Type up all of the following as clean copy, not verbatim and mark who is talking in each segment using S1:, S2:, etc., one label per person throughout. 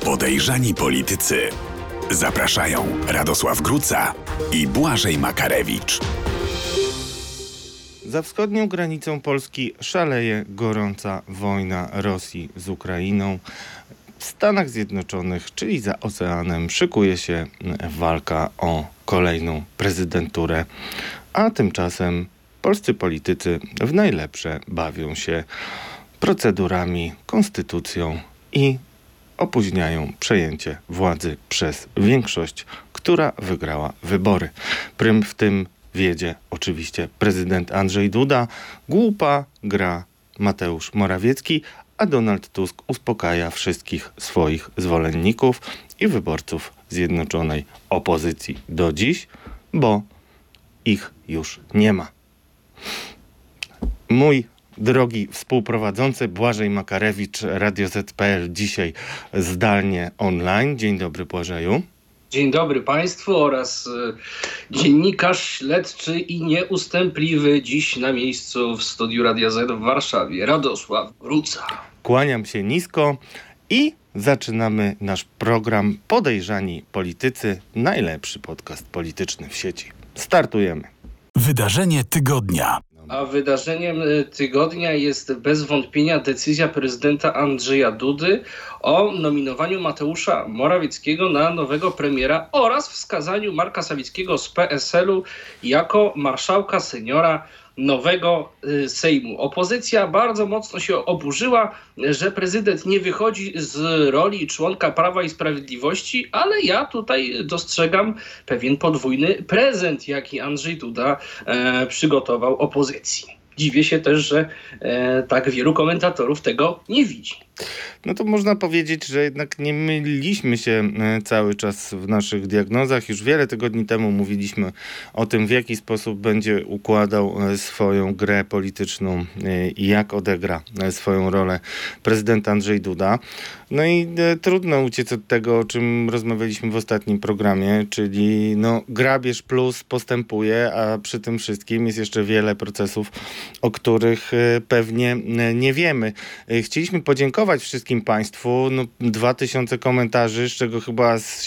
S1: Podejrzani politycy. Zapraszają Radosław Gruca i Błażej Makarewicz.
S2: Za wschodnią granicą Polski szaleje gorąca wojna Rosji z Ukrainą. W Stanach Zjednoczonych, czyli za oceanem, szykuje się walka o kolejną prezydenturę, a tymczasem polscy politycy w najlepsze bawią się procedurami, konstytucją i opóźniają przejęcie władzy przez większość, która wygrała wybory. Prym w tym wiedzie oczywiście prezydent Andrzej Duda, głupa gra Mateusz Morawiecki, a Donald Tusk uspokaja wszystkich swoich zwolenników i wyborców Zjednoczonej Opozycji do dziś, bo ich już nie ma. Mój drogi współprowadzący Błażej Makarewicz, Radio Z.pl, dzisiaj zdalnie online. Dzień dobry, Błażeju.
S3: Dzień dobry Państwu oraz dziennikarz śledczy i nieustępliwy dziś na miejscu w studiu Radia Z w Warszawie, Radosław Gruca.
S2: Kłaniam się nisko i zaczynamy nasz program Podejrzani Politycy, najlepszy podcast polityczny w sieci. Startujemy.
S1: Wydarzenie tygodnia.
S3: A wydarzeniem tygodnia jest bez wątpienia decyzja prezydenta Andrzeja Dudy o nominowaniu Mateusza Morawieckiego na nowego premiera oraz wskazaniu Marka Sawickiego z PSL-u jako marszałka seniora nowego Sejmu. Opozycja bardzo mocno się oburzyła, że prezydent nie wychodzi z roli członka Prawa i Sprawiedliwości, ale ja tutaj dostrzegam pewien podwójny prezent, jaki Andrzej Duda przygotował opozycji. Dziwię się też, że tak wielu komentatorów tego nie widzi.
S2: No to można powiedzieć, że jednak nie myliliśmy się cały czas w naszych diagnozach. Już wiele tygodni temu mówiliśmy o tym, w jaki sposób będzie układał swoją grę polityczną i jak odegra swoją rolę prezydent Andrzej Duda. No i trudno uciec od tego, o czym rozmawialiśmy w ostatnim programie, czyli grabież plus postępuje, a przy tym wszystkim jest jeszcze wiele procesów, o których pewnie nie wiemy. Chcieliśmy podziękować wszystkim Państwu. 2000 komentarzy, z czego chyba z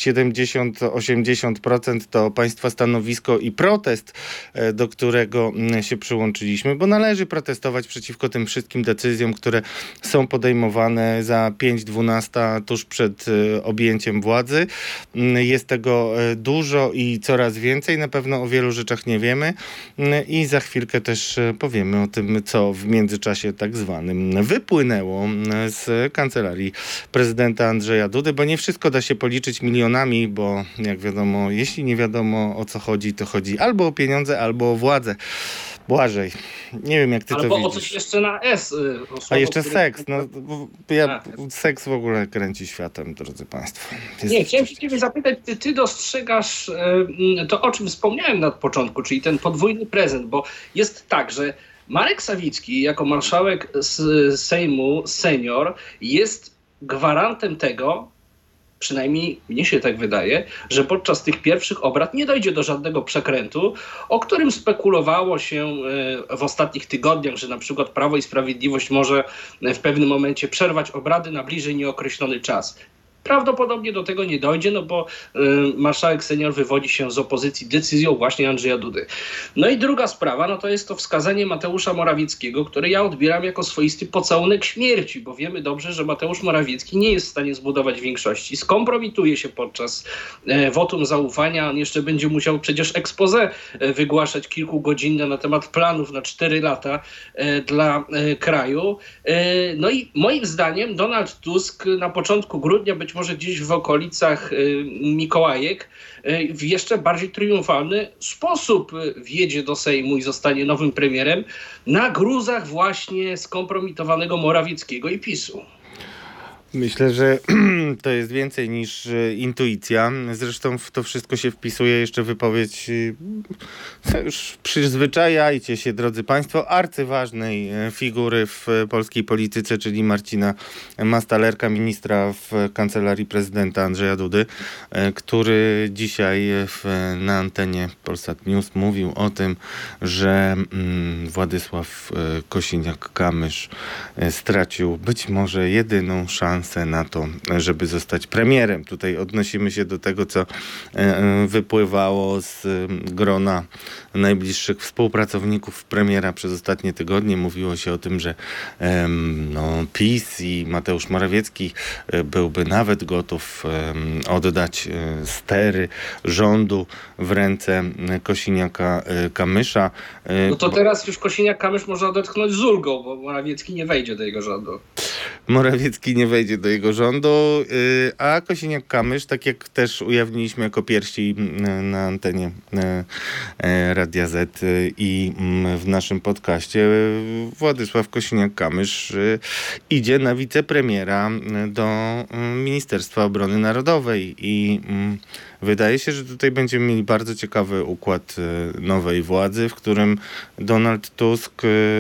S2: 70-80% to Państwa stanowisko i protest, do którego się przyłączyliśmy, bo należy protestować przeciwko tym wszystkim decyzjom, które są podejmowane za 5-12 tuż przed objęciem władzy. Jest tego dużo i coraz więcej. Na pewno o wielu rzeczach nie wiemy i za chwilkę też powiemy o tym, co w międzyczasie tak zwanym wypłynęło z kancelarii prezydenta Andrzeja Dudy, bo nie wszystko da się policzyć milionami, bo jak wiadomo, jeśli nie wiadomo o co chodzi, to chodzi albo o pieniądze, albo o władzę. Błażej, nie wiem jak ty
S3: albo
S2: to widzisz.
S3: Albo o coś jeszcze na S.
S2: A jeszcze seks. Seks w ogóle kręci światem, drodzy Państwo.
S3: Chciałem się ciebie zapytać, ty dostrzegasz to, o czym wspomniałem na początku, czyli ten podwójny prezent, bo jest tak, że Marek Sawicki jako marszałek Sejmu senior jest gwarantem tego, przynajmniej mnie się tak wydaje, że podczas tych pierwszych obrad nie dojdzie do żadnego przekrętu, o którym spekulowało się w ostatnich tygodniach, że na przykład Prawo i Sprawiedliwość może w pewnym momencie przerwać obrady na bliżej nieokreślony czas. Prawdopodobnie do tego nie dojdzie, bo marszałek senior wywodzi się z opozycji decyzją właśnie Andrzeja Dudy. No i druga sprawa, to jest to wskazanie Mateusza Morawieckiego, które ja odbieram jako swoisty pocałunek śmierci, bo wiemy dobrze, że Mateusz Morawiecki nie jest w stanie zbudować większości. Skompromituje się podczas wotum zaufania. On jeszcze będzie musiał przecież exposé wygłaszać kilkugodzinne na temat planów na 4 lata dla kraju. No i moim zdaniem Donald Tusk na początku grudnia, być może gdzieś w okolicach Mikołajek, w jeszcze bardziej triumfalny sposób wjedzie do Sejmu i zostanie nowym premierem na gruzach właśnie skompromitowanego Morawieckiego i PiS-u.
S2: Myślę, że to jest więcej niż intuicja. Zresztą w to wszystko się wpisuje jeszcze wypowiedź, już przyzwyczajajcie się, drodzy Państwo, arcyważnej figury w polskiej polityce, czyli Marcina Mastalerka, ministra w kancelarii prezydenta Andrzeja Dudy, który dzisiaj na antenie Polsat News mówił o tym, że Władysław Kosiniak-Kamysz stracił być może jedyną szansę szansę na to, żeby zostać premierem. Tutaj odnosimy się do tego, co wypływało z grona najbliższych współpracowników premiera przez ostatnie tygodnie. Mówiło się o tym, że PiS i Mateusz Morawiecki byłby nawet gotów oddać stery rządu w ręce Kosiniaka-Kamysza.
S3: No to teraz już Kosiniak-Kamysz można odetchnąć z ulgą, bo Morawiecki nie wejdzie do jego rządu.
S2: Morawiecki nie wejdzie do jego rządu, a Kosiniak-Kamysz, tak jak też ujawniliśmy jako pierwsi na antenie Radia Z i w naszym podcaście, Władysław Kosiniak-Kamysz idzie na wicepremiera do Ministerstwa Obrony Narodowej i wydaje się, że tutaj będziemy mieli bardzo ciekawy układ nowej władzy, w którym Donald Tusk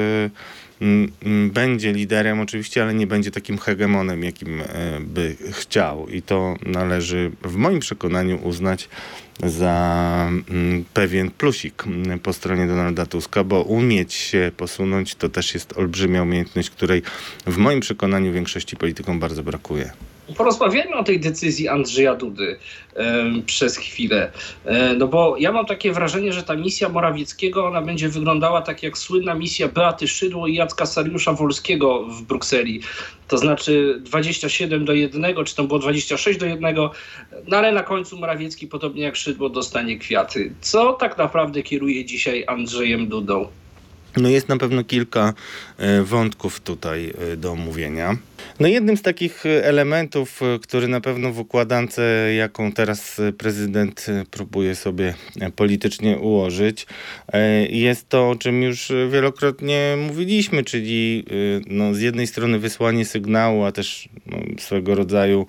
S2: będzie liderem oczywiście, ale nie będzie takim hegemonem, jakim by chciał. I to należy w moim przekonaniu uznać za pewien plusik po stronie Donalda Tuska, bo umieć się posunąć to też jest olbrzymia umiejętność, której w moim przekonaniu większości politykom bardzo brakuje.
S3: Porozmawiajmy o tej decyzji Andrzeja Dudy przez chwilę. No bo ja mam takie wrażenie, że ta misja Morawieckiego, ona będzie wyglądała tak jak słynna misja Beaty Szydło i Jacka Sariusza-Wolskiego w Brukseli. To znaczy 27-1, czy tam było 26-1, no ale na końcu Morawiecki, podobnie jak Szydło, dostanie kwiaty. Co tak naprawdę kieruje dzisiaj Andrzejem Dudą?
S2: No jest na pewno kilka wątków tutaj do omówienia. No jednym z takich elementów, który na pewno w układance, jaką teraz prezydent próbuje sobie politycznie ułożyć, jest to, o czym już wielokrotnie mówiliśmy, czyli z jednej strony wysłanie sygnału, a też swego rodzaju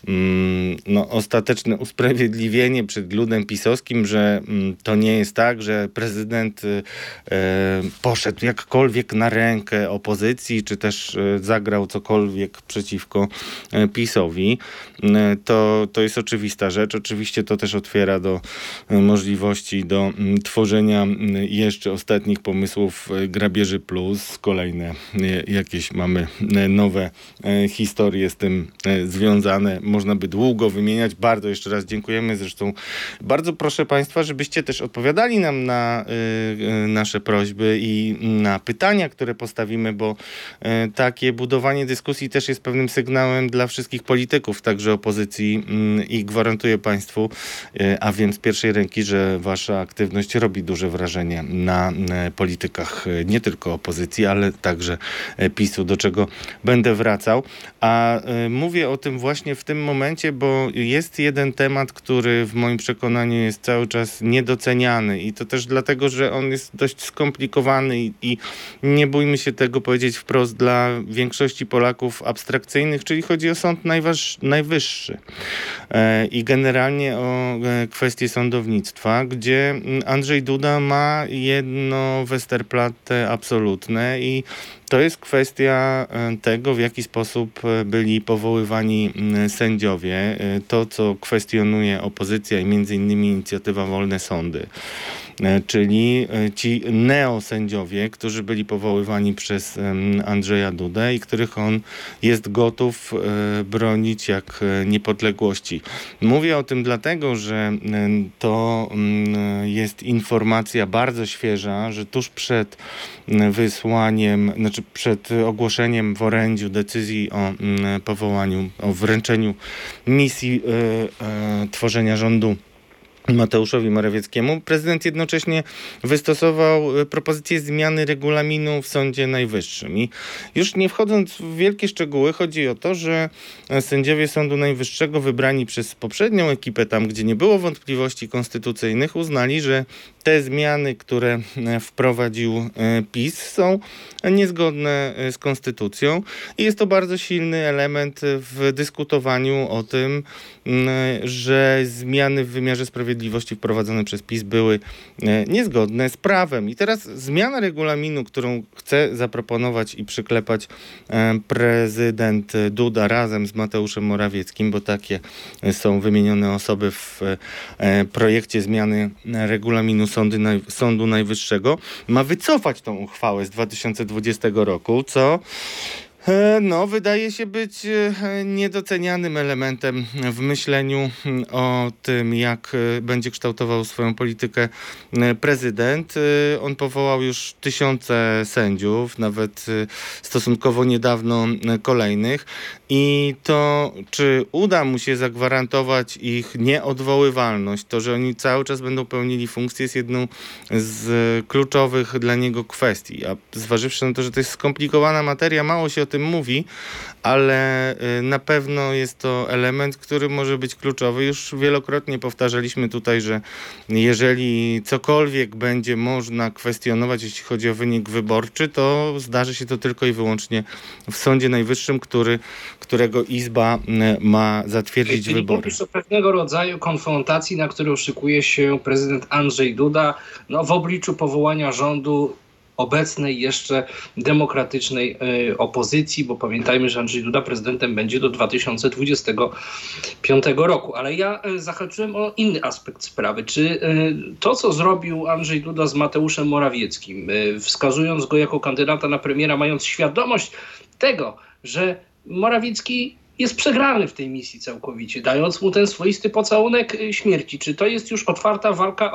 S2: ostateczne usprawiedliwienie przed ludem pisowskim, że to nie jest tak, że prezydent poszedł jakkolwiek na rękę opozycji, czy też zagrał cokolwiek przeciwko PiS-owi. To jest oczywista rzecz. Oczywiście to też otwiera do możliwości do tworzenia jeszcze ostatnich pomysłów grabieży plus. Kolejne jakieś mamy nowe historie z tym związane. Można by długo wymieniać. Bardzo jeszcze raz dziękujemy. Zresztą bardzo proszę Państwa, żebyście też odpowiadali nam na nasze prośby i na pytania, które postawimy, bo takie budowanie dyskusji też jest pewnym sygnałem dla wszystkich polityków, także opozycji i gwarantuję Państwu, a wiem z pierwszej ręki, że Wasza aktywność robi duże wrażenie na politykach nie tylko opozycji, ale także PiS-u, do czego będę wracał. A mówię o tym właśnie w tym momencie, bo jest jeden temat, który w moim przekonaniu jest cały czas niedoceniany i to też dlatego, że on jest dość skomplikowany i nie bójmy się tego powiedzieć wprost, dla większości Polaków abstrakcyjnych, czyli chodzi o Sąd Najwyższy i generalnie o kwestię sądownictwa, gdzie Andrzej Duda ma jedno Westerplatte absolutne i to jest kwestia tego, w jaki sposób byli powoływani sędziowie. To, co kwestionuje opozycja i między innymi inicjatywa Wolne Sądy. Czyli ci neosędziowie, którzy byli powoływani przez Andrzeja Dudę i których on jest gotów bronić jak niepodległości. Mówię o tym dlatego, że to jest informacja bardzo świeża, że tuż przed wysłaniem, przed ogłoszeniem w orędziu decyzji o powołaniu, o wręczeniu misji tworzenia rządu Mateuszowi Morawieckiemu, prezydent jednocześnie wystosował propozycję zmiany regulaminu w Sądzie Najwyższym. I już nie wchodząc w wielkie szczegóły, chodzi o to, że sędziowie Sądu Najwyższego wybrani przez poprzednią ekipę, tam gdzie nie było wątpliwości konstytucyjnych, uznali, że te zmiany, które wprowadził PiS, są niezgodne z konstytucją i jest to bardzo silny element w dyskutowaniu o tym, że zmiany w wymiarze sprawiedliwości wprowadzone przez PiS były niezgodne z prawem. I teraz zmiana regulaminu, którą chce zaproponować i przyklepać prezydent Duda razem z Mateuszem Morawieckim, bo takie są wymienione osoby w projekcie zmiany regulaminu Sądu Najwyższego, ma wycofać tą uchwałę z 2020 roku, co No, wydaje się być niedocenianym elementem w myśleniu o tym, jak będzie kształtował swoją politykę prezydent. On powołał już tysiące sędziów, nawet stosunkowo niedawno kolejnych. I to, czy uda mu się zagwarantować ich nieodwoływalność, to, że oni cały czas będą pełnili funkcję, jest jedną z kluczowych dla niego kwestii. A zważywszy na to, że to jest skomplikowana materia, mało się o tym mówi, ale na pewno jest to element, który może być kluczowy. Już wielokrotnie powtarzaliśmy tutaj, że jeżeli cokolwiek będzie można kwestionować, jeśli chodzi o wynik wyborczy, to zdarzy się to tylko i wyłącznie w Sądzie Najwyższym, którego Izba ma zatwierdzić
S3: Czyli
S2: wybory.
S3: mówisz o pewnego rodzaju konfrontacji, na którą szykuje się prezydent Andrzej Duda, w obliczu powołania rządu obecnej jeszcze demokratycznej opozycji, bo pamiętajmy, że Andrzej Duda prezydentem będzie do 2025 roku. Ale ja zahaczyłem o inny aspekt sprawy. Czy to, co zrobił Andrzej Duda z Mateuszem Morawieckim, wskazując go jako kandydata na premiera, mając świadomość tego, że Morawiecki jest przegrany w tej misji całkowicie, dając mu ten swoisty pocałunek śmierci. Czy to jest już otwarta walka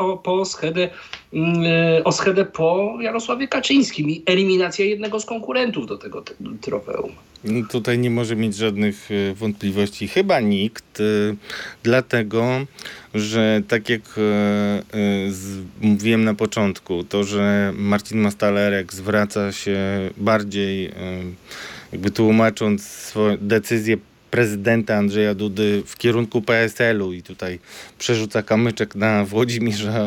S3: o schedę po Jarosławie Kaczyńskim i eliminacja jednego z konkurentów do tego trofeum?
S2: No, tutaj nie może mieć żadnych wątpliwości. Chyba nikt, dlatego, że tak jak mówiłem na początku, to, że Marcin Mastalerek zwraca się bardziej, jakby tłumacząc swoją decyzję prezydenta Andrzeja Dudy w kierunku PSL-u i tutaj przerzuca kamyczek na Włodzimierza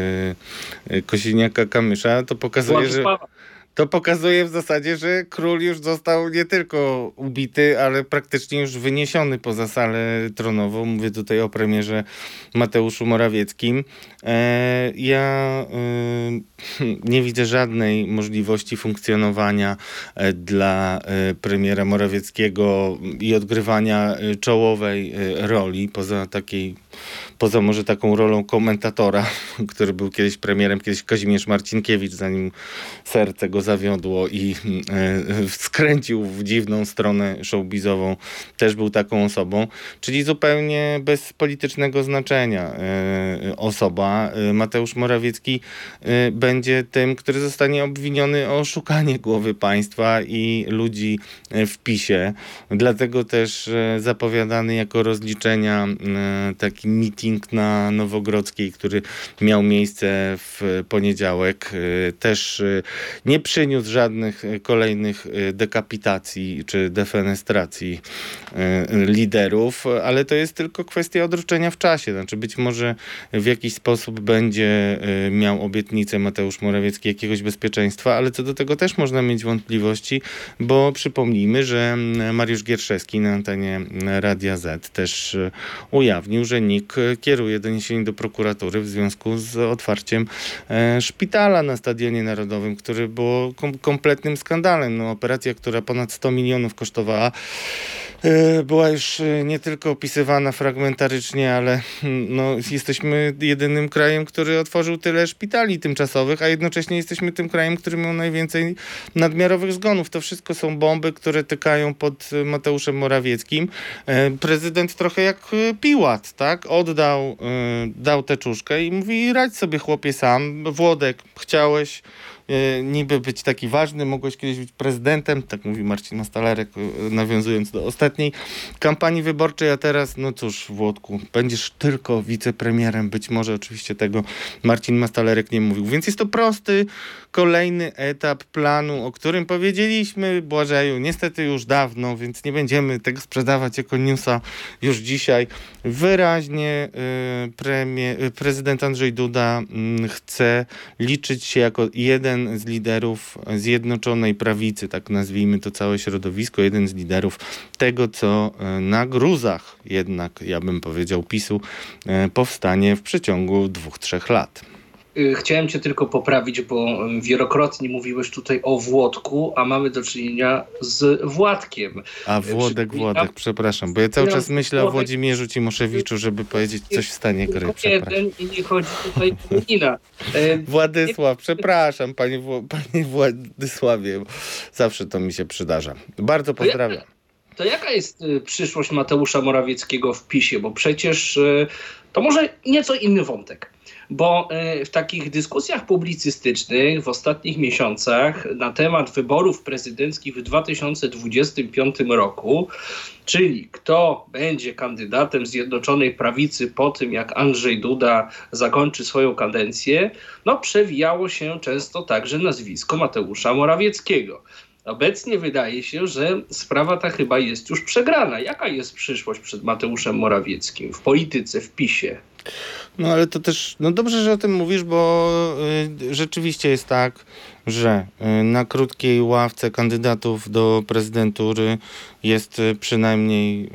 S2: Kosiniaka-Kamysza, to pokazuje w zasadzie, że król już został nie tylko ubity, ale praktycznie już wyniesiony poza salę tronową. Mówię tutaj o premierze Mateuszu Morawieckim. Ja nie widzę żadnej możliwości funkcjonowania dla premiera Morawieckiego i odgrywania czołowej roli, poza może taką rolą komentatora, który był kiedyś premierem, kiedyś Kazimierz Marcinkiewicz, zanim serce go zawiodło i skręcił w dziwną stronę showbizową, też był taką osobą, czyli zupełnie bez politycznego znaczenia osoba. Mateusz Morawiecki będzie tym, który zostanie obwiniony o szukanie głowy państwa i ludzi w PiS-ie. Dlatego też zapowiadany jako rozliczenia taki meeting na Nowogrodzkiej, który miał miejsce w poniedziałek, też nie przyniósł żadnych kolejnych dekapitacji czy defenestracji liderów, ale to jest tylko kwestia odroczenia w czasie. Znaczy być może w jakiś sposób będzie miał obietnicę Mateusz Morawiecki jakiegoś bezpieczeństwa, ale co do tego też można mieć wątpliwości, bo przypomnijmy, że Mariusz Gierszewski na antenie Radia Z też ujawnił, że NIK kieruje doniesienie do prokuratury w związku z otwarciem szpitala na Stadionie Narodowym, który było kompletnym skandalem. No, operacja, która ponad 100 milionów kosztowała, była już nie tylko opisywana fragmentarycznie, ale jesteśmy jedynym krajem, który otworzył tyle szpitali tymczasowych, a jednocześnie jesteśmy tym krajem, który miał najwięcej nadmiarowych zgonów. To wszystko są bomby, które tykają pod Mateuszem Morawieckim. Prezydent trochę jak Piłat, tak? Dał teczuszkę i mówi: radź sobie, chłopie, sam. Włodek, chciałeś niby być taki ważny, mogłeś kiedyś być prezydentem, tak mówi Marcin Mastalerek, nawiązując do ostatniej kampanii wyborczej, a teraz, no cóż, Włodku, będziesz tylko wicepremierem, być może oczywiście tego Marcin Mastalerek nie mówił. Więc jest to prosty, kolejny etap planu, o którym powiedzieliśmy Błażeju niestety już dawno, więc nie będziemy tego sprzedawać jako newsa już dzisiaj. Wyraźnie prezydent Andrzej Duda chce liczyć się jako jeden z liderów Zjednoczonej Prawicy, tak nazwijmy to całe środowisko, jeden z liderów tego, co na gruzach jednak, ja bym powiedział, PiS-u powstanie w przeciągu 2-3 lat.
S3: chciałem cię tylko poprawić, bo wielokrotnie mówiłeś tutaj o Włodku, a mamy do czynienia z Władkiem.
S2: A Włodek, przepraszam, bo ja cały czas myślę o Włodzimierzu Cimoszewiczu, żeby powiedzieć coś w stanie gry.
S3: Jeden i nie chodzi tutaj o Nina.
S2: Władysław, przepraszam, panie Władysławie, zawsze to mi się przydarza. Bardzo pozdrawiam.
S3: To jaka jest przyszłość Mateusza Morawieckiego w PiS-ie? Bo przecież to może nieco inny wątek. Bo w takich dyskusjach publicystycznych w ostatnich miesiącach na temat wyborów prezydenckich w 2025 roku, czyli kto będzie kandydatem Zjednoczonej Prawicy po tym, jak Andrzej Duda zakończy swoją kadencję, przewijało się często także nazwisko Mateusza Morawieckiego. Obecnie wydaje się, że sprawa ta chyba jest już przegrana. Jaka jest przyszłość przed Mateuszem Morawieckim w polityce, w PiS-ie?
S2: No ale to też, dobrze, że o tym mówisz, bo rzeczywiście jest tak, że na krótkiej ławce kandydatów do prezydentury jest przynajmniej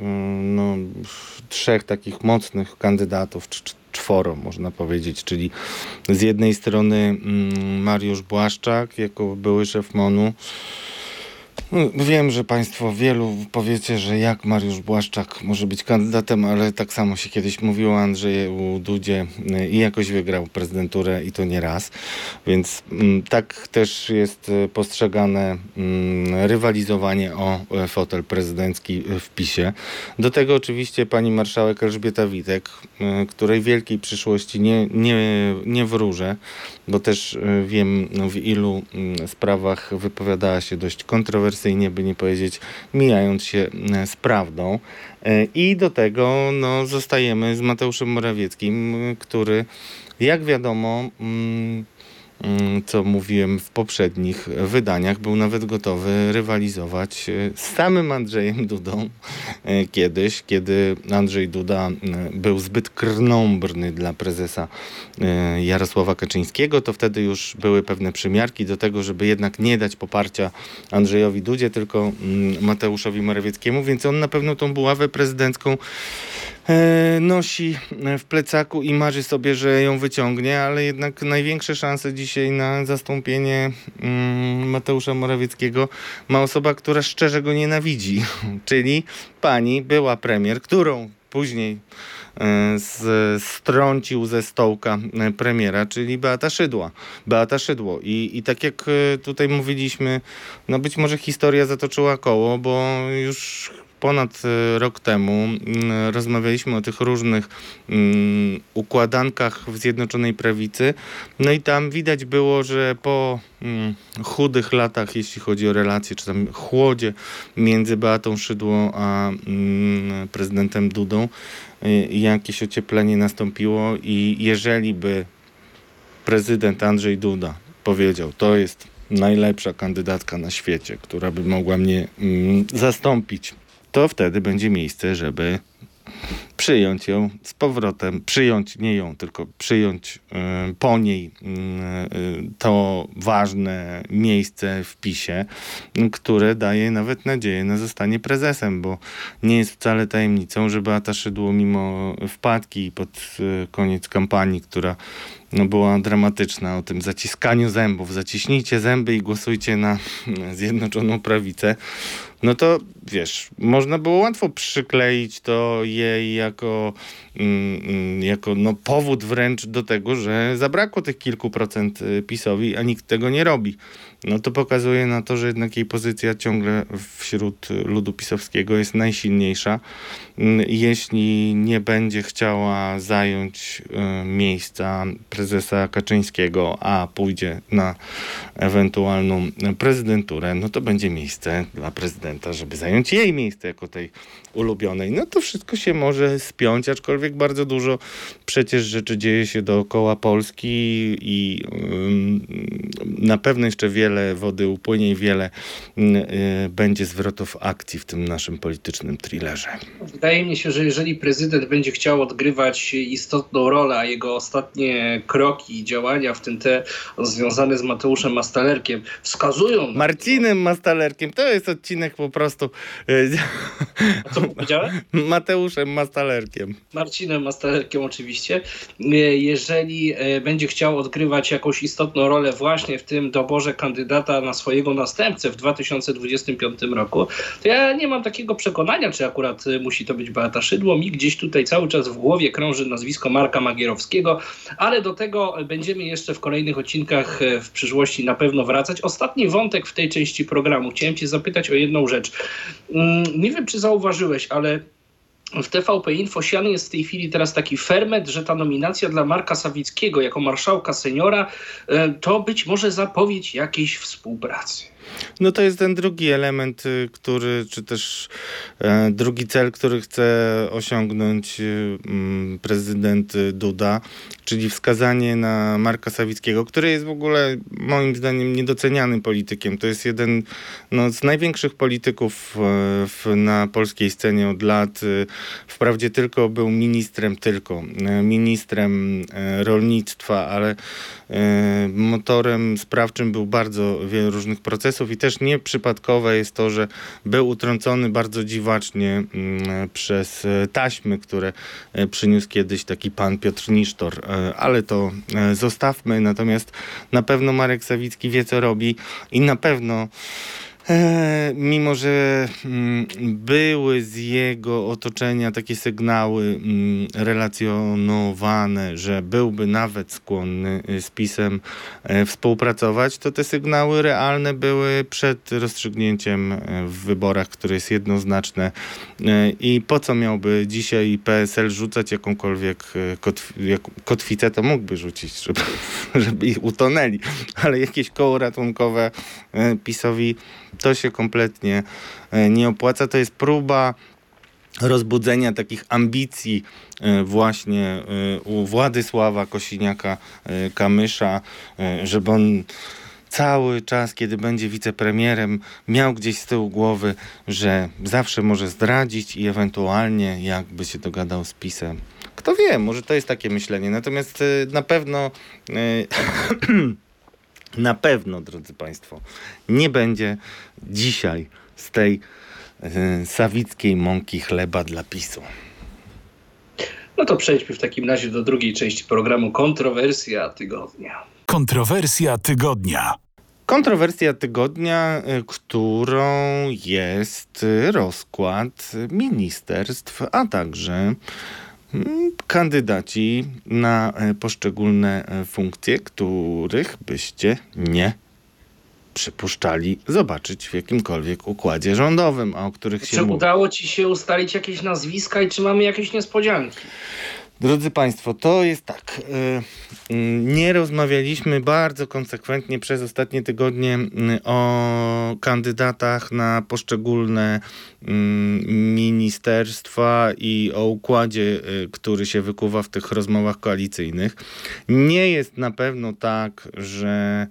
S2: 3 takich mocnych kandydatów, czy 4 można powiedzieć, czyli z jednej strony Mariusz Błaszczak jako były szef MON-u. Wiem, że państwo wielu powiecie, że jak Mariusz Błaszczak może być kandydatem, ale tak samo się kiedyś mówiło o Andrzeju Dudzie i jakoś wygrał prezydenturę i to nie raz. Więc tak też jest postrzegane rywalizowanie o fotel prezydencki w PiS-ie. Do tego oczywiście pani marszałek Elżbieta Witek, której wielkiej przyszłości nie wróżę, bo też wiem w ilu sprawach wypowiadała się dość kontrowersyjnie, by nie powiedzieć mijając się z prawdą. I do tego zostajemy z Mateuszem Morawieckim, który jak wiadomo, co mówiłem w poprzednich wydaniach, był nawet gotowy rywalizować z samym Andrzejem Dudą kiedyś, kiedy Andrzej Duda był zbyt krnąbrny dla prezesa Jarosława Kaczyńskiego, to wtedy już były pewne przymiarki do tego, żeby jednak nie dać poparcia Andrzejowi Dudzie, tylko Mateuszowi Morawieckiemu, więc on na pewno tą buławę prezydencką nosi w plecaku i marzy sobie, że ją wyciągnie, ale jednak największe szanse dzisiaj na zastąpienie Mateusza Morawieckiego ma osoba, która szczerze go nienawidzi, czyli pani była premier, którą później strącił ze stołka premiera, czyli Beata Szydło. I tak jak tutaj mówiliśmy, być może historia zatoczyła koło, bo już ponad rok temu rozmawialiśmy o tych różnych układankach w Zjednoczonej Prawicy. No i tam widać było, że po chudych latach, jeśli chodzi o relacje, czy tam chłodzie między Beatą Szydło a prezydentem Dudą, jakieś ocieplenie nastąpiło i jeżeli by prezydent Andrzej Duda powiedział, to jest najlepsza kandydatka na świecie, która by mogła mnie zastąpić, to wtedy będzie miejsce, żeby przyjąć ją z powrotem, przyjąć nie ją, tylko przyjąć po niej to ważne miejsce w PiS-ie, które daje nawet nadzieję na zostanie prezesem, bo nie jest wcale tajemnicą, że Beata Szydło mimo wpadki pod koniec kampanii, która była dramatyczna, o tym zaciskaniu zębów, zaciśnijcie zęby i głosujcie na Zjednoczoną Prawicę, to wiesz, można było łatwo przykleić to jej jako powód wręcz do tego, że zabrakło tych kilku procent PiS-owi, a nikt tego nie robi. To pokazuje na to, że jednak jej pozycja ciągle wśród ludu pisowskiego jest najsilniejsza. Jeśli nie będzie chciała zająć miejsca prezesa Kaczyńskiego, a pójdzie na ewentualną prezydenturę, to będzie miejsce dla prezydenta, żeby zająć jej miejsce jako tej ulubionej. To wszystko się może spiąć, aczkolwiek bardzo dużo przecież rzeczy dzieje się dookoła Polski i na pewno jeszcze wiele wiele wody upłynie i wiele będzie zwrotów akcji w tym naszym politycznym thrillerze.
S3: Wydaje mi się, że jeżeli prezydent będzie chciał odgrywać istotną rolę, a jego ostatnie kroki i działania, w tym te związane z Mateuszem Mastalerkiem, wskazują...
S2: Marcinem Mastalerkiem, to jest odcinek po prostu...
S3: A co powiedziałem?
S2: Mateuszem Mastalerkiem.
S3: Marcinem Mastalerkiem oczywiście. Jeżeli będzie chciał odgrywać jakąś istotną rolę właśnie w tym doborze kandydata na swojego następcę w 2025 roku, to ja nie mam takiego przekonania, czy akurat musi to być Beata Szydło. Mi gdzieś tutaj cały czas w głowie krąży nazwisko Marka Magierowskiego, ale do tego będziemy jeszcze w kolejnych odcinkach w przyszłości na pewno wracać. Ostatni wątek w tej części programu. Chciałem cię zapytać o jedną rzecz. Nie wiem, czy zauważyłeś, ale w TVP Info siany jest w tej chwili teraz taki ferment, że ta nominacja dla Marka Sawickiego jako marszałka seniora to być może zapowiedź jakiejś współpracy.
S2: No to jest ten drugi element, czy też drugi cel, który chce osiągnąć prezydent Duda, czyli wskazanie na Marka Sawickiego, który jest w ogóle moim zdaniem niedocenianym politykiem. To jest jeden z największych polityków na polskiej scenie od lat. Wprawdzie tylko był ministrem rolnictwa, ale motorem sprawczym był bardzo wielu różnych procesów i też nieprzypadkowe jest to, że był utrącony bardzo dziwacznie przez taśmy, które przyniósł kiedyś taki pan Piotr Nisztor, ale to zostawmy. Natomiast na pewno Marek Sawicki wie, co robi i na pewno mimo że były z jego otoczenia takie sygnały relacjonowane, że byłby nawet skłonny z PiS-em współpracować, to te sygnały realne były przed rozstrzygnięciem w wyborach, które jest jednoznaczne. I po co miałby dzisiaj PSL rzucać jakąkolwiek kotwicę, to mógłby rzucić, żeby ich utonęli, ale jakieś koło ratunkowe PiS-owi to się kompletnie nie opłaca. To jest próba rozbudzenia takich ambicji właśnie u Władysława Kosiniaka-Kamysza, żeby on cały czas, kiedy będzie wicepremierem, miał gdzieś z tyłu głowy, że zawsze może zdradzić i ewentualnie jakby się dogadał z PiS-em. Kto wie, może to jest takie myślenie. Natomiast na pewno, drodzy Państwo, nie będzie dzisiaj z tej sawickiej mąki chleba dla PiS-u.
S3: No to przejdźmy w takim razie do drugiej części programu Kontrowersja Tygodnia.
S1: Kontrowersja Tygodnia.
S2: Kontrowersja tygodnia, którą jest rozkład ministerstw, a także kandydaci na poszczególne funkcje, których byście nie przypuszczali zobaczyć w jakimkolwiek układzie rządowym, a o których się
S3: Czy
S2: mówi.
S3: udało ci się ustalić jakieś nazwiska i czy mamy jakieś niespodzianki?
S2: Drodzy Państwo, to jest tak. Nie rozmawialiśmy bardzo konsekwentnie przez ostatnie tygodnie o kandydatach na poszczególne ministerstwa i o układzie, który się wykuwa w tych rozmowach koalicyjnych. Nie jest na pewno tak, że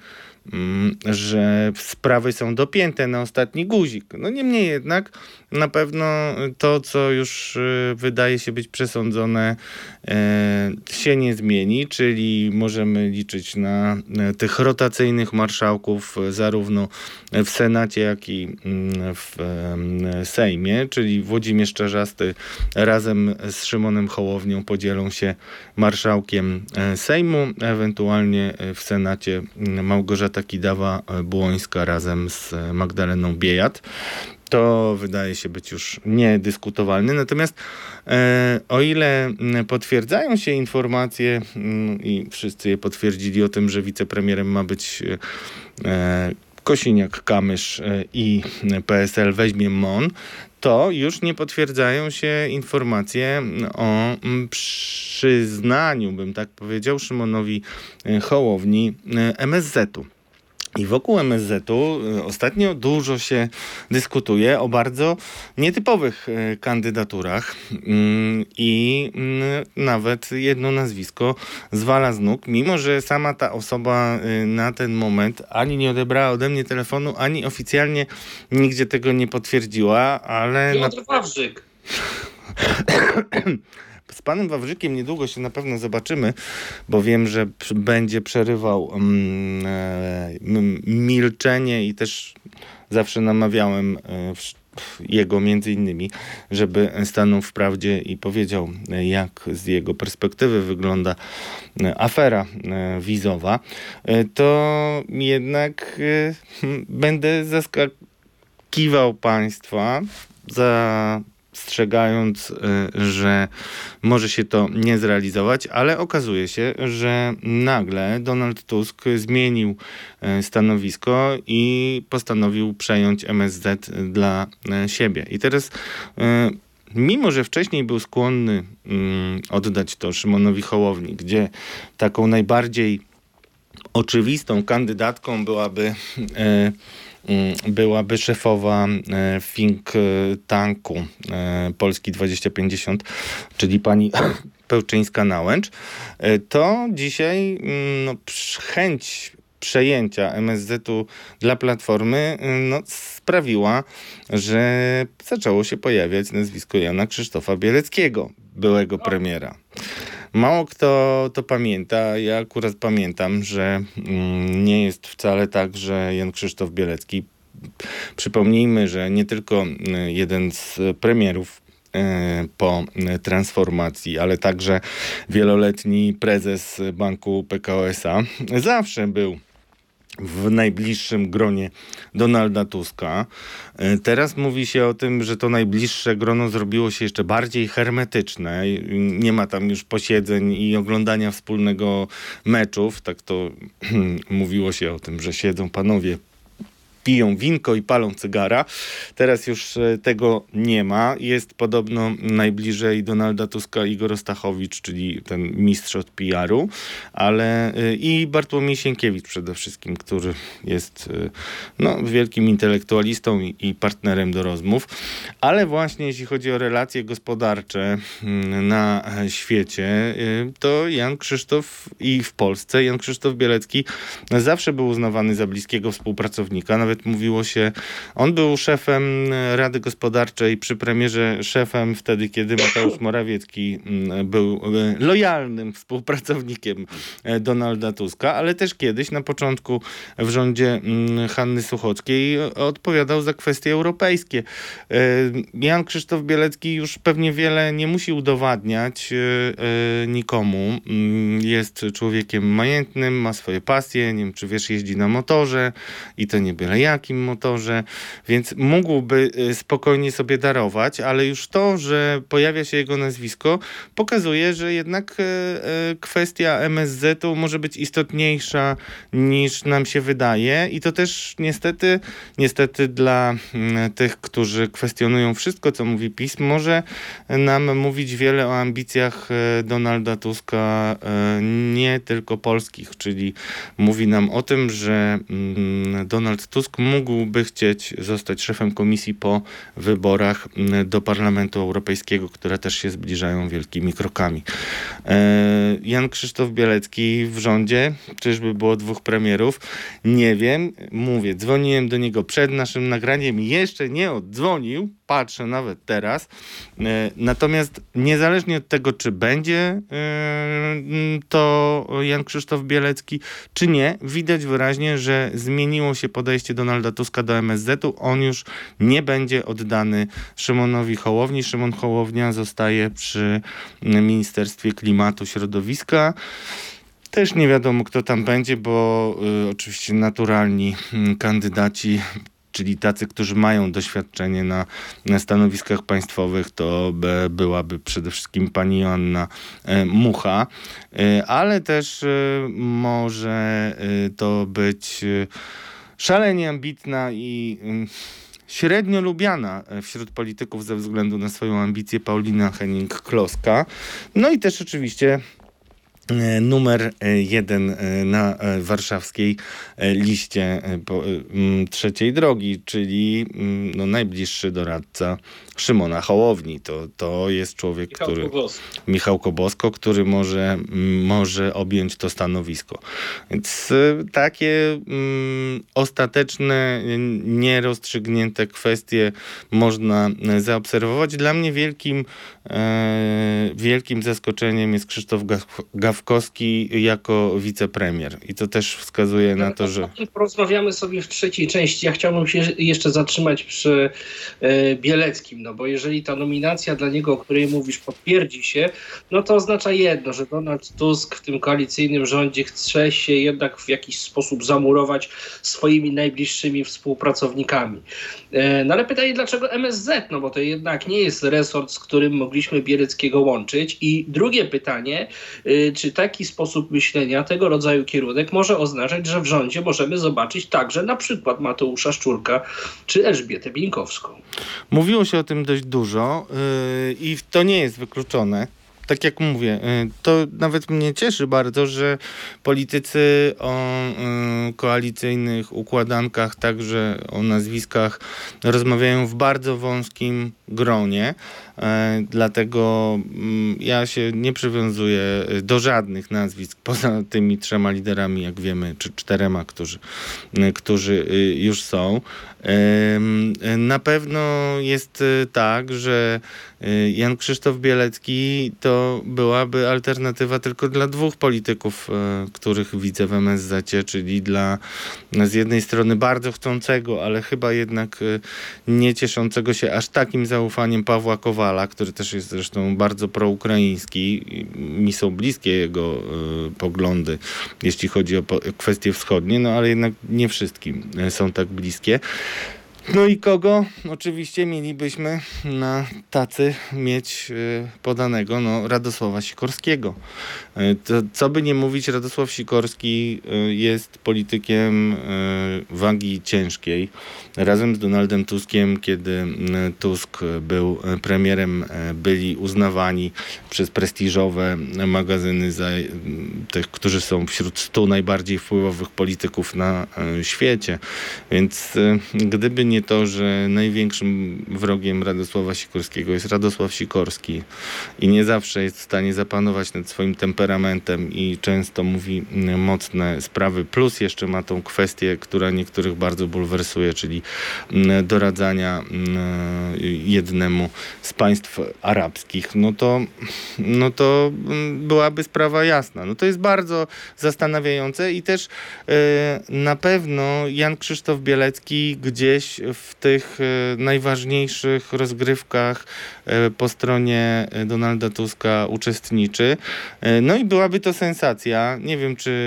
S2: sprawy są dopięte na ostatni guzik. No niemniej jednak na pewno to, co już wydaje się być przesądzone, się nie zmieni, czyli możemy liczyć na tych rotacyjnych marszałków zarówno w Senacie, jak i w Sejmie, czyli Włodzimierz Czarzasty razem z Szymonem Hołownią podzielą się marszałkiem Sejmu, ewentualnie w Senacie Małgorzata Kidawa-Błońska razem z Magdaleną Biejat. To wydaje się być już niedyskutowalne. Natomiast o ile potwierdzają się informacje i wszyscy je potwierdzili o tym, że wicepremierem ma być Kosiniak-Kamysz i PSL weźmie MON, to już nie potwierdzają się informacje o przyznaniu, bym tak powiedział, Szymonowi Hołowni MSZ-u. I wokół MSZ-u ostatnio dużo się dyskutuje o bardzo nietypowych kandydaturach i nawet jedno nazwisko zwala z nóg, mimo że sama ta osoba na ten moment ani nie odebrała ode mnie telefonu, ani oficjalnie nigdzie tego nie potwierdziła, ale...
S3: Piotr Wawrzyk.
S2: Z panem Wawrzykiem niedługo się na pewno zobaczymy, bo wiem, że będzie przerywał milczenie i też zawsze namawiałem jego między innymi, żeby stanął w prawdzie i powiedział, jak z jego perspektywy wygląda afera wizowa, to jednak będę zaskakiwał państwa zastrzegając, że może się to nie zrealizować, ale okazuje się, że nagle Donald Tusk zmienił stanowisko i postanowił przejąć MSZ dla siebie. I teraz mimo że wcześniej był skłonny oddać to Szymonowi Hołowni, gdzie taką najbardziej oczywistą kandydatką byłaby szefowa think tanku Polski 2050, czyli pani Pełczyńska-Nałęcz, to dzisiaj chęć przejęcia MSZ-u dla Platformy sprawiła, że zaczęło się pojawiać nazwisko Jana Krzysztofa Bieleckiego, byłego premiera. Mało kto to pamięta. Ja akurat pamiętam, że nie jest wcale tak, że Jan Krzysztof Bielecki, przypomnijmy, że nie tylko jeden z premierów po transformacji, ale także wieloletni prezes banku Pekao S.A. zawsze był w najbliższym gronie Donalda Tuska. Teraz mówi się o tym, że to najbliższe grono zrobiło się jeszcze bardziej hermetyczne. Nie ma tam już posiedzeń i oglądania wspólnego meczów. Tak to mówiło się o tym, że siedzą panowie, piją winko i palą cygara. Teraz już tego nie ma. Jest podobno najbliżej Donalda Tuska Igor Stachowicz, czyli ten mistrz od PR-u, ale i Bartłomiej Sienkiewicz przede wszystkim, który jest wielkim intelektualistą i partnerem do rozmów. Ale właśnie jeśli chodzi o relacje gospodarcze na świecie, to Jan Krzysztof i w Polsce Jan Krzysztof Bielecki zawsze był uznawany za bliskiego współpracownika. Nawet mówiło się, on był szefem Rady Gospodarczej przy premierze, szefem wtedy, kiedy Mateusz Morawiecki był lojalnym współpracownikiem Donalda Tuska, ale też kiedyś na początku w rządzie Hanny Suchockiej odpowiadał za kwestie europejskie. Jan Krzysztof Bielecki już pewnie wiele nie musi udowadniać nikomu. Jest człowiekiem majętnym, ma swoje pasje, nie wiem czy wiesz, jeździ na motorze i to nie byle jakim motorze, więc mógłby spokojnie sobie darować, ale już to, że pojawia się jego nazwisko, pokazuje, że jednak kwestia MSZ-u może być istotniejsza niż nam się wydaje i to też niestety dla tych, którzy kwestionują wszystko, co mówi PiS, może nam mówić wiele o ambicjach Donalda Tuska, nie tylko polskich, czyli mówi nam o tym, że Donald Tusk mógłby chcieć zostać szefem komisji po wyborach do Parlamentu Europejskiego, które też się zbliżają wielkimi krokami. Jan Krzysztof Bielecki w rządzie, czyżby było 2 premierów? Nie wiem, mówię, dzwoniłem do niego przed naszym nagraniem i jeszcze nie oddzwonił, patrzę nawet teraz. Natomiast niezależnie od tego, czy będzie to Jan Krzysztof Bielecki, czy nie, widać wyraźnie, że zmieniło się podejście Donalda Tuska do MSZ-u. On już nie będzie oddany Szymonowi Hołowni. Szymon Hołownia zostaje przy Ministerstwie Klimatu, Środowiska. Też nie wiadomo, kto tam będzie, bo oczywiście naturalni kandydaci, czyli tacy, którzy mają doświadczenie na stanowiskach państwowych, to byłaby przede wszystkim pani Joanna Mucha, ale też może to być szalenie ambitna i średnio lubiana wśród polityków ze względu na swoją ambicję Paulina Hennig-Kloska. No i też oczywiście numer 1 na warszawskiej liście trzeciej drogi, czyli najbliższy doradca Szymona Hołowni. To jest człowiek, Michał Kobosko, który może objąć to stanowisko. Więc takie ostateczne, nierozstrzygnięte kwestie można zaobserwować. Dla mnie wielkim zaskoczeniem jest Krzysztof Gawkowski jako wicepremier. I to też wskazuje na to, że...
S3: Porozmawiamy sobie w trzeciej części. Ja chciałbym się jeszcze zatrzymać przy Bieleckim, bo jeżeli ta nominacja dla niego, o której mówisz, potwierdzi się, no to oznacza jedno, że Donald Tusk w tym koalicyjnym rządzie chce się jednak w jakiś sposób zamurować swoimi najbliższymi współpracownikami. No ale pytanie, dlaczego MSZ? No bo to jednak nie jest resort, z którym mogliśmy Bieleckiego łączyć. I drugie pytanie, czy taki sposób myślenia, tego rodzaju kierunek może oznaczać, że w rządzie możemy zobaczyć także na przykład Mateusza Szczurka czy Elżbietę Bieńkowską.
S2: Mówiło się o tym dość dużo i to nie jest wykluczone. Tak jak mówię, to nawet mnie cieszy bardzo, że politycy o koalicyjnych układankach, także o nazwiskach rozmawiają w bardzo wąskim gronie. Dlatego ja się nie przywiązuję do żadnych nazwisk poza tymi 3 liderami, jak wiemy, czy 4, którzy już są. Na pewno jest tak, że Jan Krzysztof Bielecki to byłaby alternatywa tylko dla 2 polityków, których widzę w MSZ, czyli dla z jednej strony bardzo chcącego, ale chyba jednak nie cieszącego się aż takim zaufaniem Pawła Kowala, który też jest zresztą bardzo proukraiński. Mi są bliskie jego poglądy, jeśli chodzi o kwestie wschodnie, no ale jednak nie wszystkim są tak bliskie. No i kogo oczywiście mielibyśmy na tacy mieć podanego? No, Radosława Sikorskiego. To, co by nie mówić, Radosław Sikorski jest politykiem wagi ciężkiej. Razem z Donaldem Tuskiem, kiedy Tusk był premierem, byli uznawani przez prestiżowe magazyny za tych, którzy są wśród 100 najbardziej wpływowych polityków na świecie. Więc gdyby nie to, że największym wrogiem Radosława Sikorskiego jest Radosław Sikorski i nie zawsze jest w stanie zapanować nad swoim temperamentem i często mówi mocne sprawy, plus jeszcze ma tą kwestię, która niektórych bardzo bulwersuje, czyli doradzania jednemu z państw arabskich, no to byłaby sprawa jasna. No to jest bardzo zastanawiające i też na pewno Jan Krzysztof Bielecki gdzieś w tych najważniejszych rozgrywkach po stronie Donalda Tuska uczestniczy. No i byłaby to sensacja. Nie wiem, czy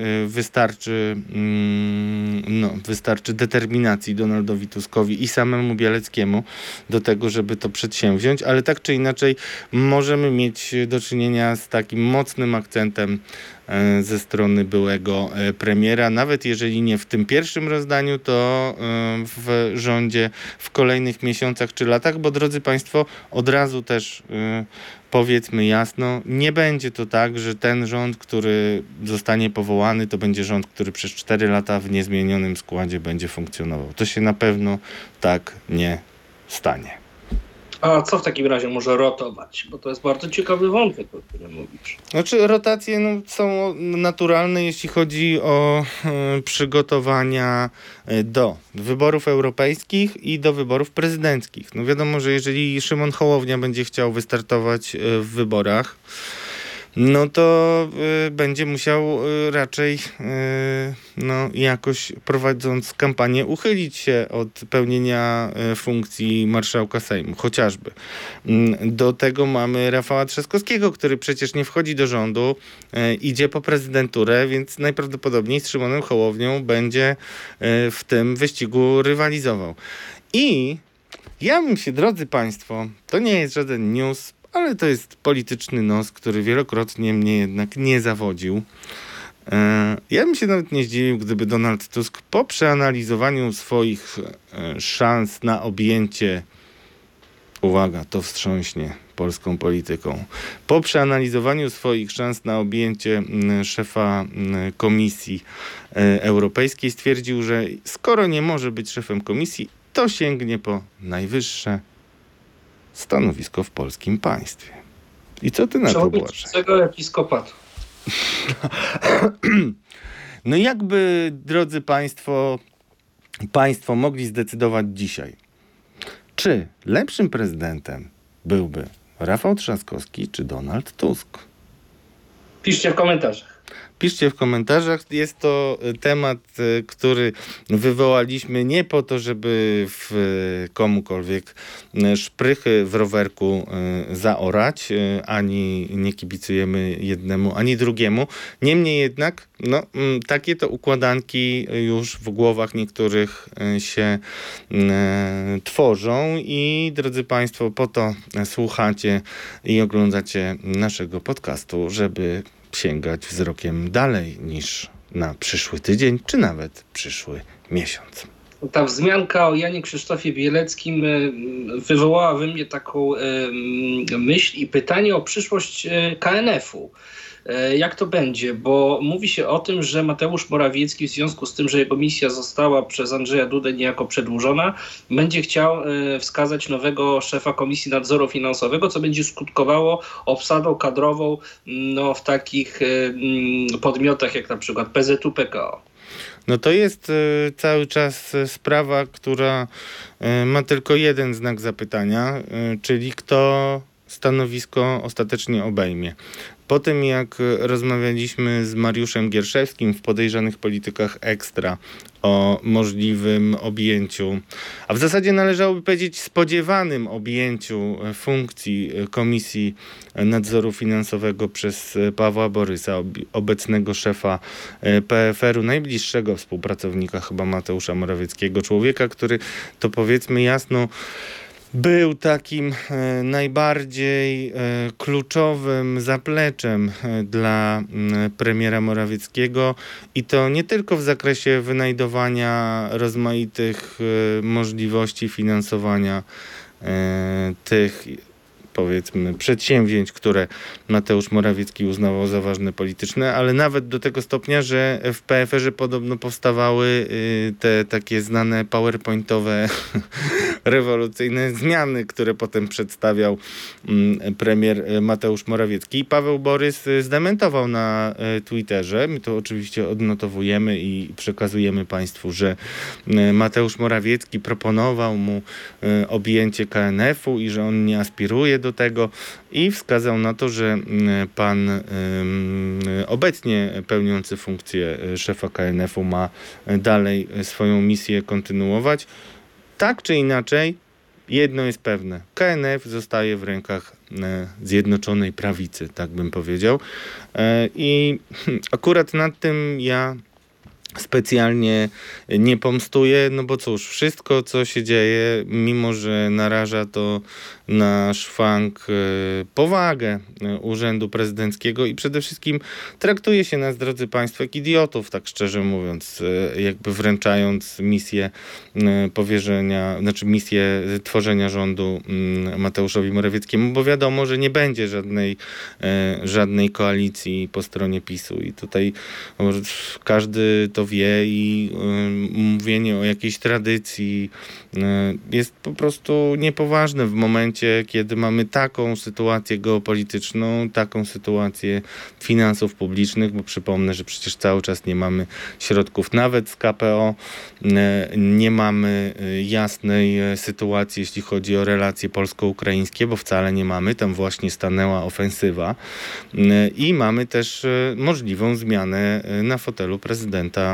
S2: wystarczy determinacji Donaldowi Tuskowi i samemu Bieleckiemu do tego, żeby to przedsięwziąć, ale tak czy inaczej możemy mieć do czynienia z takim mocnym akcentem ze strony byłego premiera, nawet jeżeli nie w tym pierwszym rozdaniu, to w rządzie w kolejnych miesiącach czy latach, bo drodzy Państwo, od razu też powiedzmy jasno, nie będzie to tak, że ten rząd, który zostanie powołany, to będzie rząd, który przez 4 lata w niezmienionym składzie będzie funkcjonował. To się na pewno tak nie stanie.
S3: A co w takim razie może rotować? Bo to jest bardzo ciekawy wątek, o którym mówisz.
S2: Znaczy rotacje są naturalne, jeśli chodzi o przygotowania do wyborów europejskich i do wyborów prezydenckich. No wiadomo, że jeżeli Szymon Hołownia będzie chciał wystartować w wyborach, no to będzie musiał raczej jakoś prowadząc kampanię uchylić się od pełnienia funkcji marszałka Sejmu, chociażby. Do tego mamy Rafała Trzaskowskiego, który przecież nie wchodzi do rządu, idzie po prezydenturę, więc najprawdopodobniej z Szymonem Hołownią będzie w tym wyścigu rywalizował. I ja bym się, drodzy Państwo, to nie jest żaden news, ale to jest polityczny nos, który wielokrotnie mnie jednak nie zawodził. Ja bym się nawet nie zdziwił, gdyby Donald Tusk po przeanalizowaniu swoich szans na objęcie, uwaga, to wstrząśnie, polską polityką. Po przeanalizowaniu swoich szans na objęcie szefa Komisji Europejskiej stwierdził, że skoro nie może być szefem komisji, to sięgnie po najwyższe stanowisko w polskim państwie. I co ty na to, Błażej?
S3: Przewodniczącego episkopatu.
S2: No jakby, drodzy państwo mogli zdecydować dzisiaj, czy lepszym prezydentem byłby Rafał Trzaskowski czy Donald Tusk?
S3: Piszcie w komentarzach.
S2: Piszcie w komentarzach. Jest to temat, który wywołaliśmy nie po to, żeby w komukolwiek szprychy w rowerku zaorać, ani nie kibicujemy jednemu, ani drugiemu. Niemniej jednak, takie to układanki już w głowach niektórych się tworzą i drodzy państwo, po to słuchacie i oglądacie naszego podcastu, żeby sięgać wzrokiem dalej niż na przyszły tydzień, czy nawet przyszły miesiąc.
S3: Ta wzmianka o Janie Krzysztofie Bieleckim wywołała we mnie taką myśl i pytanie o przyszłość KNF-u. Jak to będzie? Bo mówi się o tym, że Mateusz Morawiecki w związku z tym, że jego misja została przez Andrzeja Dudę niejako przedłużona, będzie chciał wskazać nowego szefa Komisji Nadzoru Finansowego, co będzie skutkowało obsadą kadrową w takich podmiotach jak na przykład PZU, PKO.
S2: No to jest cały czas sprawa, która ma tylko jeden znak zapytania, czyli kto stanowisko ostatecznie obejmie. Po tym jak rozmawialiśmy z Mariuszem Gierszewskim w Podejrzanych Politykach Ekstra o możliwym objęciu, a w zasadzie należałoby powiedzieć spodziewanym objęciu funkcji Komisji Nadzoru Finansowego przez Pawła Borysa, obecnego szefa PFR-u, najbliższego współpracownika chyba Mateusza Morawieckiego, człowieka, który, to powiedzmy jasno, był takim najbardziej kluczowym zapleczem dla premiera Morawieckiego i to nie tylko w zakresie wynajdowania rozmaitych możliwości finansowania tych, powiedzmy, przedsięwzięć, które Mateusz Morawiecki uznawał za ważne polityczne, ale nawet do tego stopnia, że w PFR-ze podobno powstawały te takie znane powerpointowe rewolucyjne zmiany, które potem przedstawiał premier Mateusz Morawiecki. I Paweł Borys zdementował na Twitterze, my to oczywiście odnotowujemy i przekazujemy państwu, że Mateusz Morawiecki proponował mu objęcie KNF-u i że on nie aspiruje do tego i wskazał na to, że pan obecnie pełniący funkcję szefa KNF-u ma dalej swoją misję kontynuować. Tak czy inaczej, jedno jest pewne. KNF zostaje w rękach Zjednoczonej Prawicy, tak bym powiedział. I akurat nad tym ja specjalnie nie pomstuję, no bo cóż, wszystko co się dzieje, mimo że naraża to na szwank powagę urzędu prezydenckiego i przede wszystkim traktuje się nas, drodzy państwo, jak idiotów, tak szczerze mówiąc, jakby wręczając misję misję tworzenia rządu Mateuszowi Morawieckiemu, bo wiadomo, że nie będzie żadnej koalicji po stronie PiS-u i tutaj każdy to wie i mówienie o jakiejś tradycji jest po prostu niepoważne w momencie, kiedy mamy taką sytuację geopolityczną, taką sytuację finansów publicznych, bo przypomnę, że przecież cały czas nie mamy środków nawet z KPO, nie mamy jasnej sytuacji, jeśli chodzi o relacje polsko-ukraińskie, bo wcale nie mamy, tam właśnie stanęła ofensywa i mamy też możliwą zmianę na fotelu prezydenta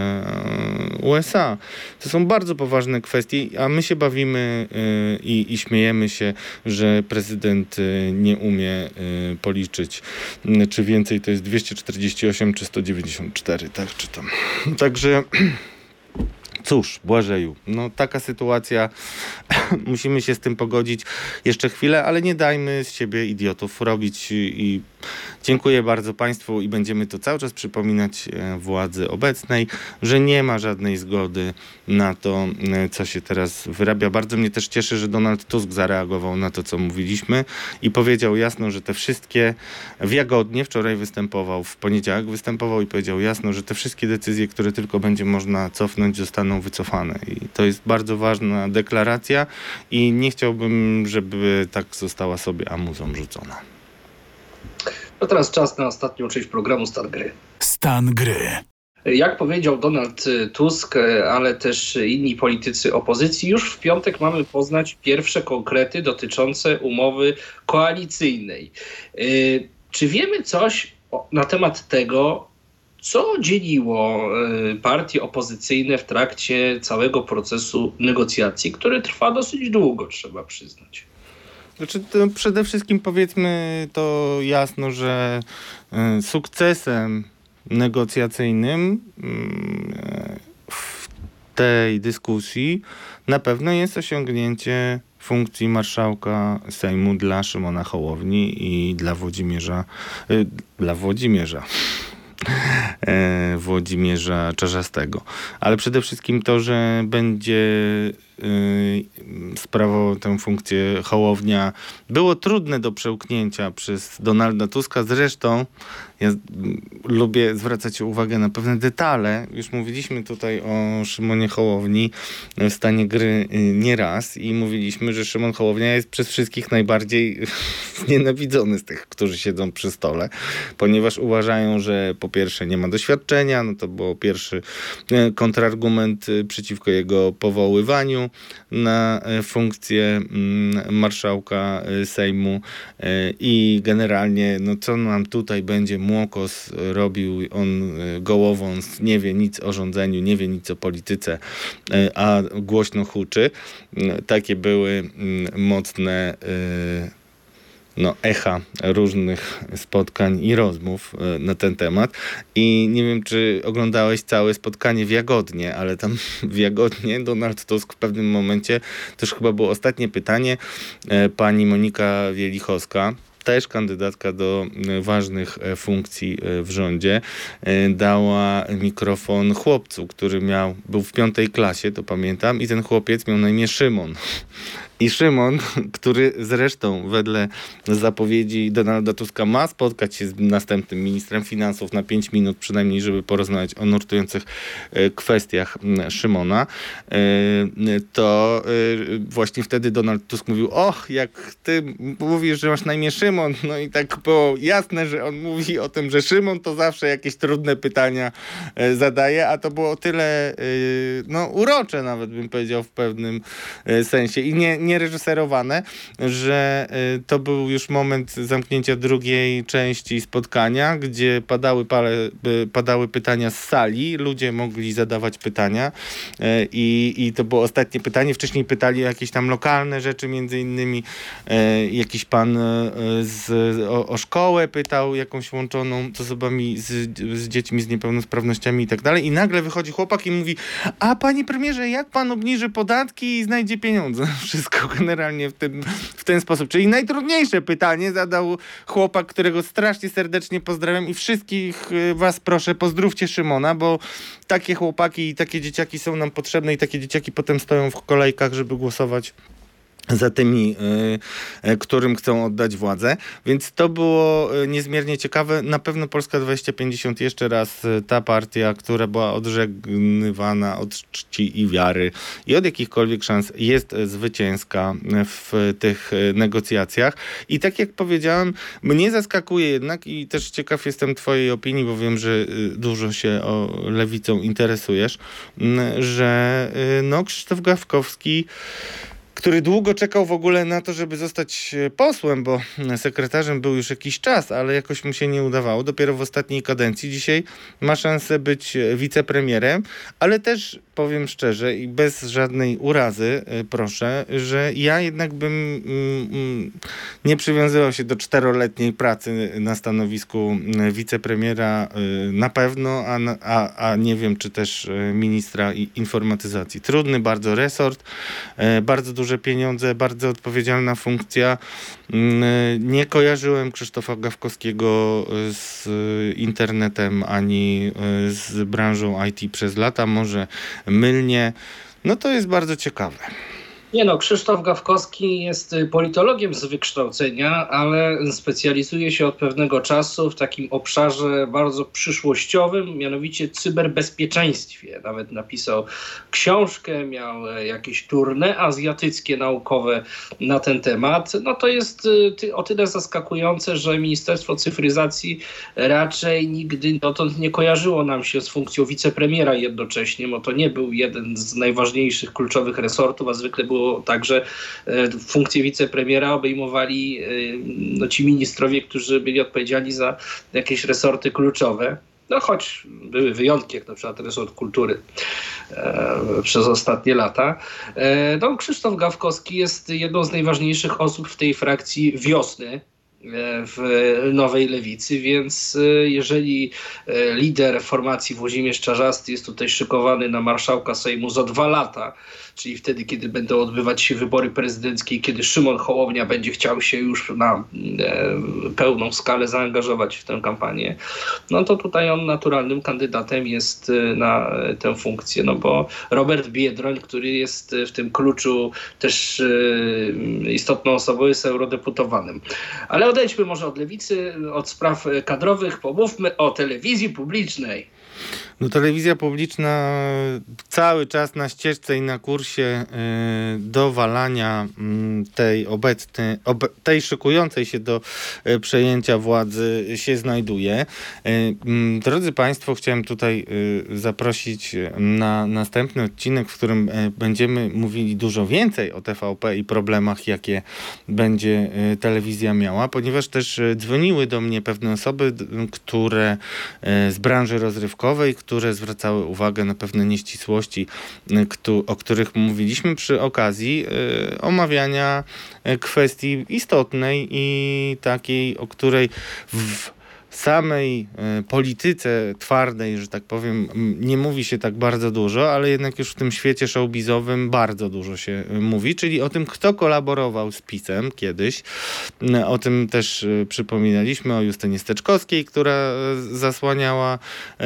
S2: USA. To są bardzo poważne kwestie, a my się bawimy i śmiejemy się, że prezydent nie umie policzyć, czy więcej to jest 248 czy 194, tak czytam. Także cóż, Błażeju, no taka sytuacja, musimy się z tym pogodzić jeszcze chwilę, ale nie dajmy z siebie idiotów robić i dziękuję bardzo Państwu i będziemy to cały czas przypominać władzy obecnej, że nie ma żadnej zgody na to, co się teraz wyrabia. Bardzo mnie też cieszy, że Donald Tusk zareagował na to, co mówiliśmy i powiedział jasno, że te wszystkie wiagodnie, wczoraj występował, w poniedziałek występował i powiedział jasno, że te wszystkie decyzje, które tylko będzie można cofnąć, zostaną wycofane. I to jest bardzo ważna deklaracja i nie chciałbym, żeby tak została sobie amuzą rzucona.
S3: To teraz czas na ostatnią część programu Stan Gry.
S1: Stan gry.
S3: Jak powiedział Donald Tusk, ale też inni politycy opozycji, już w piątek mamy poznać pierwsze konkrety dotyczące umowy koalicyjnej. Czy wiemy coś na temat tego, co dzieliło partie opozycyjne w trakcie całego procesu negocjacji, który trwa dosyć długo, trzeba przyznać?
S2: Znaczy, to przede wszystkim powiedzmy to jasno, że sukcesem negocjacyjnym w tej dyskusji na pewno jest osiągnięcie funkcji marszałka Sejmu dla Szymona Hołowni i dla Włodzimierza Czarzastego. Ale przede wszystkim to, że będzie sprawował tę funkcję Hołownia, było trudne do przełknięcia przez Donalda Tuska. Zresztą ja lubię zwracać uwagę na pewne detale. Już mówiliśmy tutaj o Szymonie Hołowni w stanie gry nieraz i mówiliśmy, że Szymon Hołownia jest przez wszystkich najbardziej znienawidzony z tych, którzy siedzą przy stole, ponieważ uważają, że po pierwsze nie ma doświadczenia, no to był pierwszy kontrargument przeciwko jego powoływaniu na funkcję marszałka Sejmu i generalnie, no co nam tutaj będzie młokos robił, on gołowąs, nie wie nic o rządzeniu, nie wie nic o polityce, a głośno huczy. Takie były mocne echa różnych spotkań i rozmów na ten temat. I nie wiem, czy oglądałeś całe spotkanie w Jagodnie, ale tam w Jagodnie Donald Tusk w pewnym momencie, też chyba było ostatnie pytanie, pani Monika Wielichowska, też kandydatka do ważnych funkcji w rządzie, dała mikrofon chłopcu, który był w 5. klasie, to pamiętam, i ten chłopiec miał na imię Szymon. I Szymon, który zresztą wedle zapowiedzi Donalda Tuska ma spotkać się z następnym ministrem finansów na 5 minut przynajmniej, żeby porozmawiać o nurtujących kwestiach Szymona, to właśnie wtedy Donald Tusk mówił: och, jak ty mówisz, że masz na imię Szymon, no i tak było jasne, że on mówi o tym, że Szymon to zawsze jakieś trudne pytania zadaje, a to było o tyle urocze nawet, bym powiedział, w pewnym sensie i nie reżyserowane, że to był już moment zamknięcia drugiej części spotkania, gdzie padały pytania z sali, ludzie mogli zadawać pytania i to było ostatnie pytanie. Wcześniej pytali o jakieś tam lokalne rzeczy, między innymi jakiś pan o szkołę pytał, jakąś łączoną z osobami, z dziećmi z niepełnosprawnościami i tak dalej. I nagle wychodzi chłopak i mówi: a panie premierze, jak pan obniży podatki i znajdzie pieniądze? Wszystko generalnie w ten sposób. Czyli najtrudniejsze pytanie zadał chłopak, którego strasznie serdecznie pozdrawiam i wszystkich was proszę, pozdrówcie Szymona, bo takie chłopaki i takie dzieciaki są nam potrzebne i takie dzieciaki potem stoją w kolejkach, żeby głosować za tymi, którym chcą oddać władzę. Więc to było niezmiernie ciekawe. Na pewno Polska 2050 jeszcze raz ta partia, która była odżegnywana od czci i wiary i od jakichkolwiek szans, jest zwycięska w tych negocjacjach. I tak jak powiedziałem, mnie zaskakuje jednak i też ciekaw jestem twojej opinii, bo wiem, że dużo się lewicą interesujesz, że Krzysztof Gawkowski który długo czekał w ogóle na to, żeby zostać posłem, bo sekretarzem był już jakiś czas, ale jakoś mu się nie udawało. Dopiero w ostatniej kadencji dzisiaj ma szansę być wicepremierem, ale też powiem szczerze i bez żadnej urazy, proszę, że ja jednak bym nie przywiązywał się do 4-letniej pracy na stanowisku wicepremiera na pewno, a nie wiem, czy też ministra informatyzacji. Trudny bardzo resort, bardzo duże pieniądze, bardzo odpowiedzialna funkcja. Nie kojarzyłem Krzysztofa Gawkowskiego z internetem ani z branżą IT przez lata, może mylnie. No to jest bardzo ciekawe.
S3: Nie no, Krzysztof Gawkowski jest politologiem z wykształcenia, ale specjalizuje się od pewnego czasu w takim obszarze bardzo przyszłościowym, mianowicie cyberbezpieczeństwie. Nawet napisał książkę, miał jakieś tournée azjatyckie naukowe na ten temat. No to jest o tyle zaskakujące, że Ministerstwo Cyfryzacji raczej nigdy dotąd nie kojarzyło nam się z funkcją wicepremiera jednocześnie, bo to nie był jeden z najważniejszych, kluczowych resortów, a zwykle było tak, że funkcję wicepremiera obejmowali ci ministrowie, którzy byli odpowiedzialni za jakieś resorty kluczowe. No choć były wyjątki, jak na przykład resort kultury przez ostatnie lata. No, Krzysztof Gawkowski jest jedną z najważniejszych osób w tej frakcji Wiosny w Nowej Lewicy, więc jeżeli lider formacji Włodzimierz Czarzasty jest tutaj szykowany na marszałka Sejmu za 2 lata, czyli wtedy, kiedy będą odbywać się wybory prezydenckie i kiedy Szymon Hołownia będzie chciał się już na pełną skalę zaangażować w tę kampanię, no to tutaj on naturalnym kandydatem jest na tę funkcję, no bo Robert Biedroń, który jest w tym kluczu też istotną osobą, jest eurodeputowanym. Ale odejdźmy może od lewicy, od spraw kadrowych, pomówmy o telewizji publicznej.
S2: No, telewizja publiczna cały czas na ścieżce i na kursie dowalania tej szykującej się do przejęcia władzy się znajduje. Drodzy Państwo, chciałem tutaj zaprosić na następny odcinek, w którym będziemy mówili dużo więcej o TVP i problemach, jakie będzie telewizja miała, ponieważ też dzwoniły do mnie pewne osoby, które z branży rozrywkowej, które zwracały uwagę na pewne nieścisłości, o których mówiliśmy przy okazji omawiania kwestii istotnej i takiej, o której w samej polityce twardej, że tak powiem, nie mówi się tak bardzo dużo, ale jednak już w tym świecie showbizowym bardzo dużo się mówi, czyli o tym, kto kolaborował z PiS-em kiedyś. O tym też przypominaliśmy, o Justynie Steczkowskiej, która zasłaniała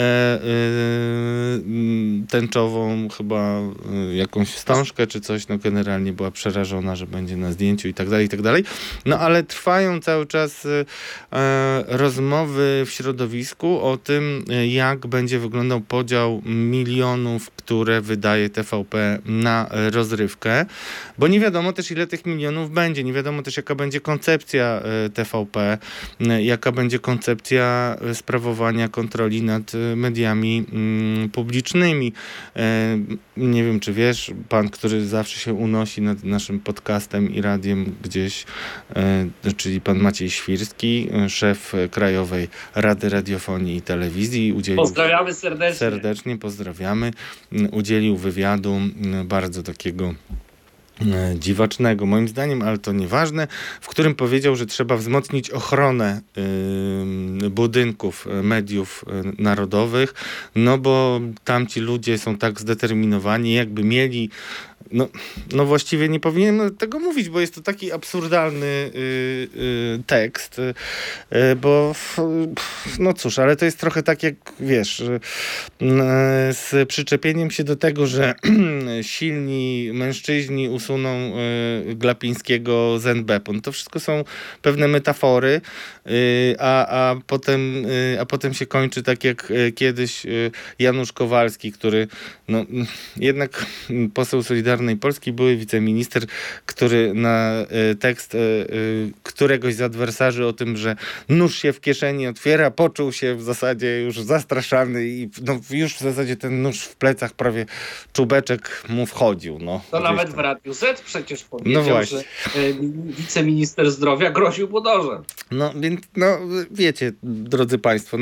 S2: tęczową chyba jakąś wstążkę czy coś, no generalnie była przerażona, że będzie na zdjęciu i tak dalej, i tak dalej. No ale trwają cały czas rozmowy w środowisku o tym, jak będzie wyglądał podział milionów, które wydaje TVP na rozrywkę, bo nie wiadomo też, ile tych milionów będzie, nie wiadomo też, jaka będzie koncepcja TVP, jaka będzie koncepcja sprawowania kontroli nad mediami publicznymi. Nie wiem, czy wiesz, pan, który zawsze się unosi nad naszym podcastem i radiem gdzieś, czyli pan Maciej Świrski, szef Krajowej Rady Radiofonii i Telewizji.
S3: Pozdrawiamy serdecznie.
S2: Serdecznie pozdrawiamy. Udzielił wywiadu bardzo takiego dziwacznego, moim zdaniem, ale to nieważne, w którym powiedział, że trzeba wzmocnić ochronę budynków mediów narodowych, no bo tamci ludzie są tak zdeterminowani, jakby mieli no właściwie nie powinienem tego mówić, bo jest to taki absurdalny tekst, bo no cóż, ale to jest trochę tak jak, wiesz, z przyczepieniem się do tego, że silni mężczyźni usuną Glapińskiego z NBP. To wszystko są pewne metafory, a potem się kończy tak jak kiedyś Janusz Kowalski, który no jednak poseł Solidarnej Solidarnej Polski, były wiceminister, który na tekst któregoś z adwersarzy o tym, że nóż się w kieszeni otwiera, poczuł się w zasadzie już zastraszany i już w zasadzie ten nóż w plecach, prawie czubeczek mu wchodził.
S3: To nawet w Radiu Z przecież powiedział, że wiceminister zdrowia groził mu nożem.
S2: Więc wiecie, drodzy państwo,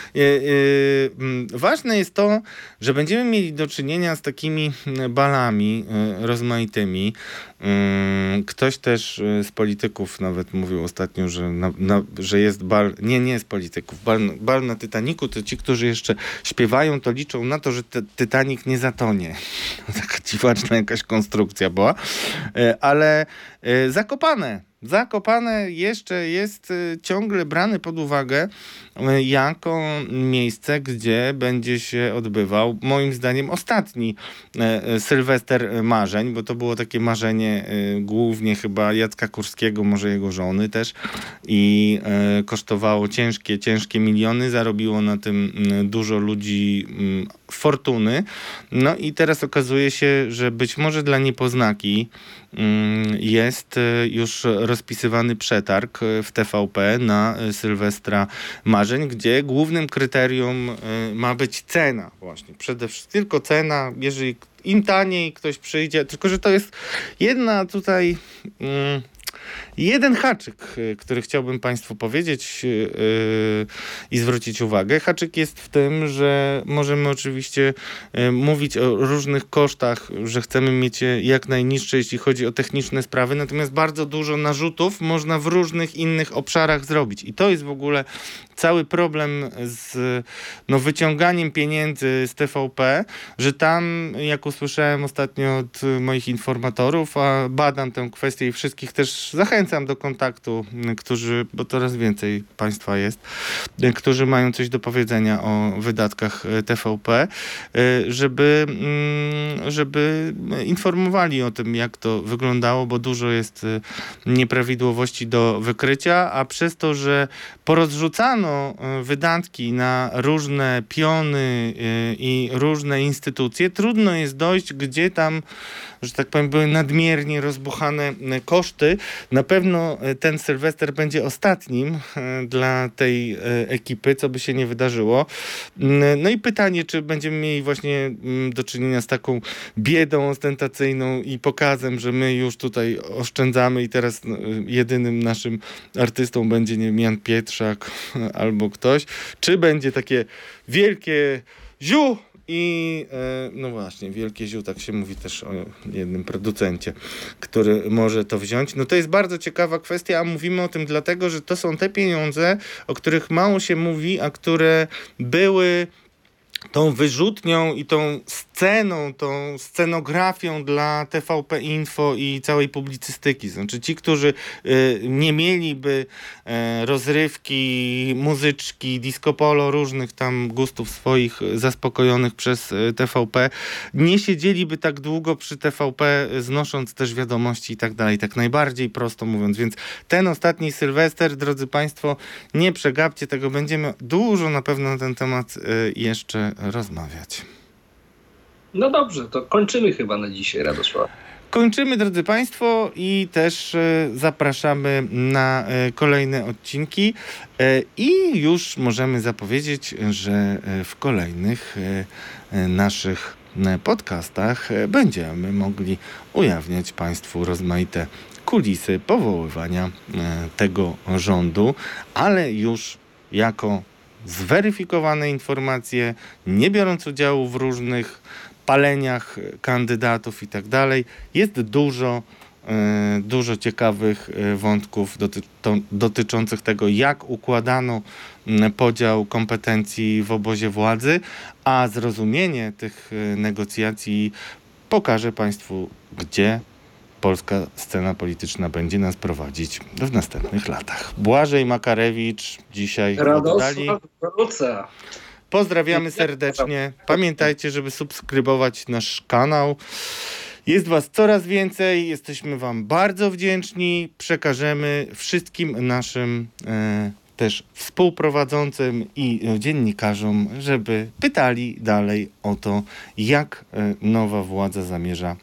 S2: ważne jest to, że będziemy mieli do czynienia z takimi balami rozmaitymi. Ktoś też z polityków nawet mówił ostatnio, że jest bal, nie z polityków, bal na Titanicu, to ci, którzy jeszcze śpiewają, to liczą na to, że Titanic nie zatonie. Taka dziwaczna jakaś konstrukcja była, ale Zakopane jeszcze jest ciągle brane pod uwagę jako miejsce, gdzie będzie się odbywał, moim zdaniem, ostatni Sylwester marzeń, bo to było takie marzenie głównie chyba Jacka Kurskiego, może jego żony też, i kosztowało ciężkie miliony, zarobiło na tym dużo ludzi fortuny. No i teraz okazuje się, że być może dla niepoznaki jest już rozpisywany przetarg w TVP na Sylwestra marzeń, gdzie głównym kryterium ma być cena właśnie. Przede wszystkim tylko cena, jeżeli im taniej ktoś przyjdzie, tylko że to jest jeden haczyk, który chciałbym państwu powiedzieć i zwrócić uwagę. Haczyk jest w tym, że możemy oczywiście mówić o różnych kosztach, że chcemy mieć je jak najniższe, jeśli chodzi o techniczne sprawy, natomiast bardzo dużo narzutów można w różnych innych obszarach zrobić. I to jest w ogóle cały problem z wyciąganiem pieniędzy z TVP, że tam, jak usłyszałem ostatnio od moich informatorów, a badam tę kwestię i wszystkich też zachęcam do kontaktu, bo coraz więcej państwa jest, którzy mają coś do powiedzenia o wydatkach TVP, żeby informowali o tym, jak to wyglądało, bo dużo jest nieprawidłowości do wykrycia, a przez to, że porozrzucano wydatki na różne piony i różne instytucje, trudno jest dojść, gdzie tam, że tak powiem, były nadmiernie rozbuchane koszty. Na pewno ten Sylwester będzie ostatnim dla tej ekipy, co by się nie wydarzyło. No i pytanie, czy będziemy mieli właśnie do czynienia z taką biedą ostentacyjną i pokazem, że my już tutaj oszczędzamy i teraz jedynym naszym artystą będzie, nie wiem, Jan Pietrzak albo ktoś, czy będzie takie wielkie ziu i właśnie, wielkie ziu, tak się mówi też o jednym producencie, który może to wziąć. To jest bardzo ciekawa kwestia, a mówimy o tym dlatego, że to są te pieniądze, o których mało się mówi, a które były tą wyrzutnią i tą scenografią dla TVP Info i całej publicystyki. Znaczy ci, którzy nie mieliby rozrywki, muzyczki, disco polo, różnych tam gustów swoich zaspokojonych przez TVP, nie siedzieliby tak długo przy TVP, znosząc też wiadomości i tak dalej. Tak najbardziej prosto mówiąc. Więc ten ostatni Sylwester, drodzy państwo, nie przegapcie tego. Będziemy dużo na pewno na ten temat jeszcze rozmawiać.
S3: No dobrze, to kończymy chyba na dzisiaj, Radosław.
S2: Kończymy, drodzy państwo, i też zapraszamy na kolejne odcinki i już możemy zapowiedzieć, że w kolejnych naszych podcastach będziemy mogli ujawniać państwu rozmaite kulisy powoływania tego rządu, ale już jako zweryfikowane informacje, nie biorąc udziału w różnych paleniach kandydatów i tak dalej. Jest dużo ciekawych wątków dotyczących tego, jak układano podział kompetencji w obozie władzy, a zrozumienie tych negocjacji pokaże państwu, gdzie polska scena polityczna będzie nas prowadzić w następnych latach. Błażej Makarewicz dzisiaj w oddali. Pozdrawiamy serdecznie. Pamiętajcie, żeby subskrybować nasz kanał. Jest was coraz więcej. Jesteśmy wam bardzo wdzięczni. Przekażemy wszystkim naszym też współprowadzącym i dziennikarzom, żeby pytali dalej o to, jak nowa władza zamierza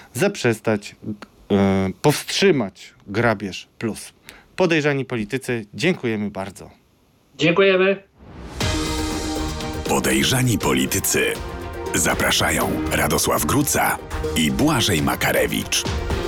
S2: powstrzymać grabież plus. Podejrzani politycy, dziękujemy bardzo.
S3: Dziękujemy.
S1: Podejrzani politycy. Zapraszają Radosław Gruca i Błażej Makarewicz.